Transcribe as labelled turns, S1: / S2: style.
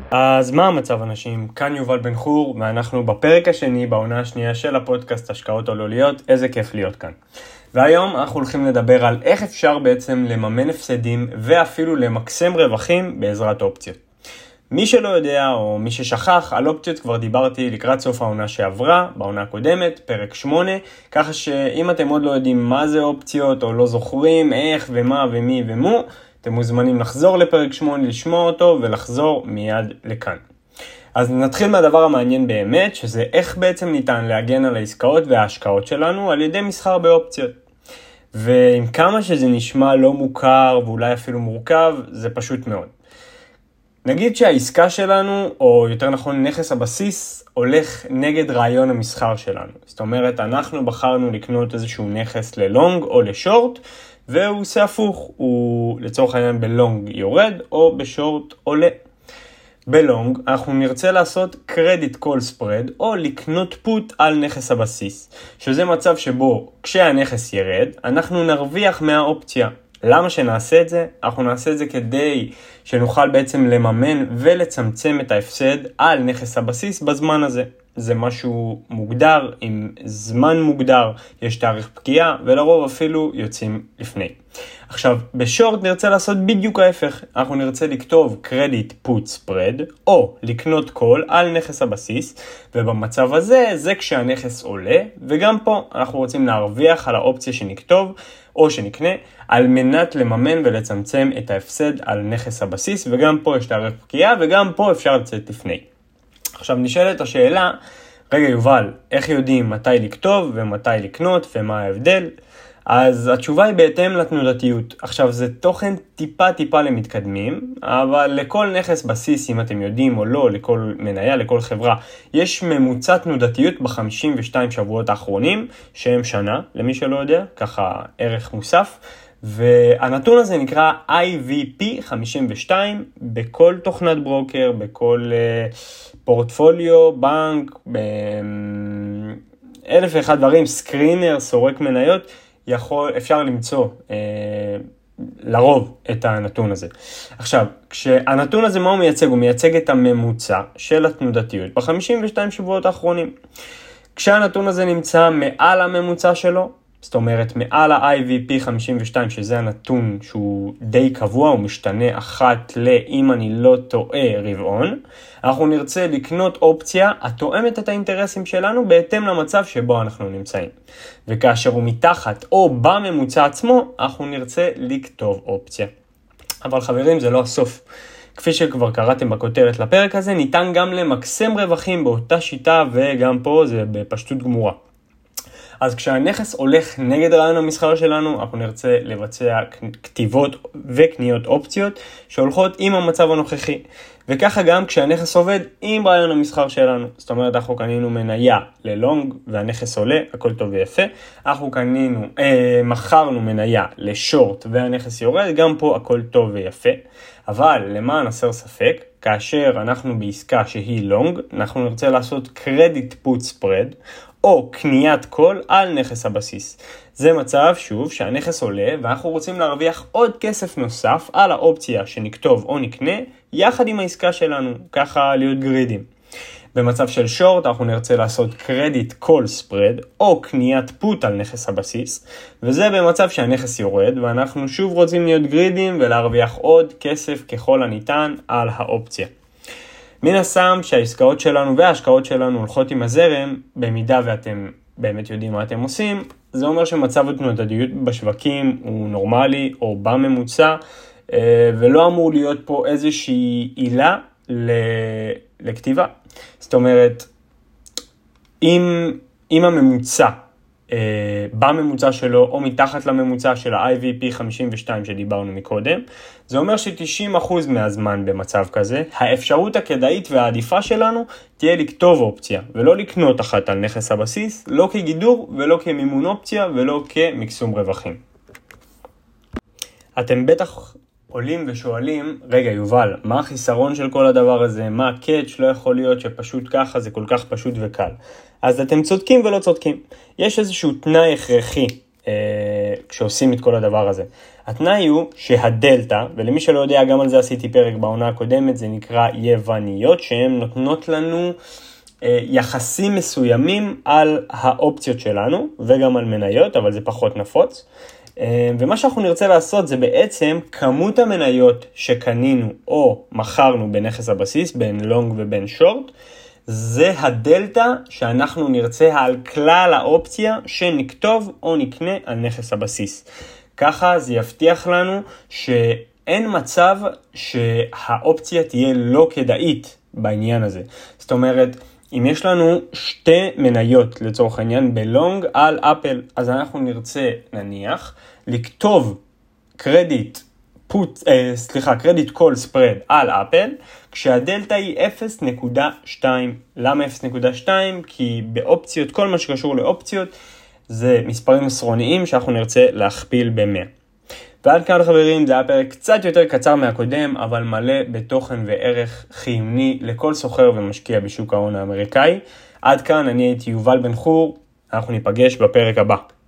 S1: אז מה המצב אנשים? כאן יובל בן חור, ואנחנו בפרק השני בעונה השנייה של הפודקאסט השקעות עולוליות. איזה כיף להיות כאן. והיום אנחנו הולכים לדבר על איך אפשר בעצם לממן הפסדים ואפילו למקסם רווחים בעזרת אופציות. מי שלא יודע או מי ששכח, על אופציות כבר דיברתי לקראת סוף העונה שעברה, בעונה הקודמת, פרק 8, ככה שאם אתם עוד לא יודעים מה זה אופציות או לא זוכרים איך ומה ומי ומו, אתם מוזמנים לחזור לפרק 8, לשמוע אותו ולחזור מיד לכאן. אז נתחיל מהדבר המעניין באמת, שזה איך בעצם ניתן להגן על העסקאות וההשקעות שלנו על ידי מסחר באופציות. ועם כמה שזה נשמע לא מוכר ואולי אפילו מורכב, זה פשוט מאוד. נגיד שהעסקה שלנו, או יותר נכון נכס הבסיס, הולך נגד רעיון המסחר שלנו. זאת אומרת, אנחנו בחרנו לקנות איזשהו נכס ללונג או לשורט, והוא עושה הפוך, הוא לצורך העניין בלונג יורד או בשורט עולה. בלונג אנחנו נרצה לעשות קרדיט קול ספרד או לקנות פוט על נכס הבסיס, שזה מצב שבו כשהנכס ירד אנחנו נרוויח מהאופציה. למה שנעשה את זה? אנחנו נעשה את זה כדי שנוכל בעצם לממן ולצמצם את ההפסד על נכס הבסיס בזמן הזה. זה משהו מוגדר, עם זמן מוגדר, יש תאריך פקיעה, ולרוב אפילו יוצאים לפני. עכשיו, בשורט נרצה לעשות בדיוק ההפך. אנחנו נרצה לכתוב קרדיט פוט ספרד, או לקנות קול על נכס הבסיס, ובמצב הזה, זה כשהנכס עולה, וגם פה אנחנו רוצים להרוויח על האופציה שנכתוב, או שנקנה, על מנת לממן ולצמצם את ההפסד על נכס הבסיס, וגם פה יש תאריך פקיעה, וגם פה אפשר לצאת לפני. עכשיו נשאלת השאלה, רגע יובל, איך יודעים מתי לכתוב ומתי לקנות ומה ההבדל? אז התשובה היא בהתאם לתנודתיות. עכשיו זה תוכן טיפה למתקדמים, אבל לכל נכס בסיס, אם אתם יודעים או לא, לכל מניה, לכל חברה, יש ממוצע תנודתיות ב-52 שבועות האחרונים, שהם שנה, למי שלא יודע, ככה ערך מוסף. והנתון הזה נקרא IVP 52 בכל תוכנת ברוקר, בכל פורטפוליו, בנק, באלף ואחד דברים, סקרינר, סורק מניות, אפשר למצוא לרוב את הנתון הזה. עכשיו, כשהנתון הזה מה הוא מייצג? הוא מייצג את הממוצע של התנודתיות ב-52 שבועות האחרונים. כשהנתון הזה נמצא מעל הממוצע שלו, זאת אומרת, מעל ה-IVP 52, שזה הנתון שהוא די קבוע, הוא משתנה אחת אם אני לא טועה רבעון, אנחנו נרצה לקנות אופציה התואמת את האינטרסים שלנו בהתאם למצב שבו אנחנו נמצאים. וכאשר הוא מתחת או בממוצע עצמו, אנחנו נרצה לכתוב אופציה. אבל חברים, זה לא הסוף. כפי שכבר קראתם בכותרת לפרק הזה, ניתן גם למקסם רווחים באותה שיטה, וגם פה זה בפשטות גמורה. אז כשהנכס הולך נגד רעיון המסחר שלנו, אנחנו נרצה לבצע כתיבות וקניות אופציות שהולכות עם המצב הנוכחי. וככה גם כשהנכס עובד עם רעיון המסחר שלנו. זאת אומרת, אנחנו קנינו מניה ללונג והנכס עולה, הכל טוב ויפה. אנחנו מכרנו מניה לשורט והנכס יורד, גם פה הכל טוב ויפה. אבל למען הסר ספק, כאשר אנחנו בעסקה שהיא לונג, אנחנו נרצה לעשות קרדיט פוט ספרד, או קניית קול על נכס הבסיס. זה מצב, שוב, שהנכס עולה, ואנחנו רוצים להרוויח עוד כסף נוסף על האופציה שנכתוב או נקנה, יחד עם העסקה שלנו, ככה להיות גרידים. במצב של שורט, אנחנו נרצה לעשות קרדיט קול ספרד, או קניית פוט על נכס הבסיס, וזה במצב שהנכס יורד, ואנחנו שוב רוצים להיות גרידים ולהרוויח עוד כסף ככל הניתן על האופציה. מן הסתם שהעסקאות שלנו וההשקעות שלנו הולכות עם הזרם, במידה ואתם באמת יודעים מה אתם עושים, זה אומר שמצב התנודתיות בשווקים הוא נורמלי או בממוצע, ולא אמור להיות פה איזושהי עילה לכתיבה. זאת אומרת, אם הממוצע בממוצע שלו או מתחת לממוצע של ה-IVP 52 שדיברנו מקודם, זה אומר ש90% מהזמן במצב כזה, האפשרות הכדאית והעדיפה שלנו תהיה לכתוב אופציה, ולא לקנות אחת על נכס הבסיס, לא כגידור ולא כמימון אופציה ולא כמקסום רווחים. אתם בטח עולים ושואלים, רגע יובל, מה החיסרון של כל הדבר הזה? מה הקאץ'? לא יכול להיות שפשוט ככה, זה כל כך פשוט וקל. אז אתם צודקים ולא צודקים. יש איזשהו תנאי הכרחי כשעושים את כל הדבר הזה. התנאי הוא שהדלטה, ולמי שלא יודע, גם על זה עשיתי פרק בעונה הקודמת, זה נקרא יווניות, שהן נותנות לנו יחסים מסוימים על האופציות שלנו, וגם על מניות, אבל זה פחות נפוץ. ומה שאנחנו נרצה לעשות זה בעצם כמות המניות שקנינו או מכרנו בנכס הבסיס, בין לונג ובין שורט, זה הדלטה שאנחנו נרצה על כלל האופציה שנכתוב או נקנה על נכס הבסיס. ככה זה יבטיח לנו שאין מצב שהאופציה תהיה לא כדאית בעניין הזה. זאת אומרת, אם יש לנו שתי מניות לצורך העניין בלונג על אפל, אז אנחנו נרצה נניח לכתוב קרדיט קול ספרד על אפל, כשהדלטה היא 0.2. למה 0.2? כי באופציות, כל מה שקשור לאופציות, זה מספרים עשרוניים שאנחנו נרצה להכפיל ב-100. ועד כאן חברים, זה היה פרק קצת יותר קצר מהקודם, אבל מלא בתוכן וערך חיוני לכל סוחר ומשקיע בשוק ההון האמריקאי. עד כאן, אני הייתי יובל בן חור, אנחנו ניפגש בפרק הבא.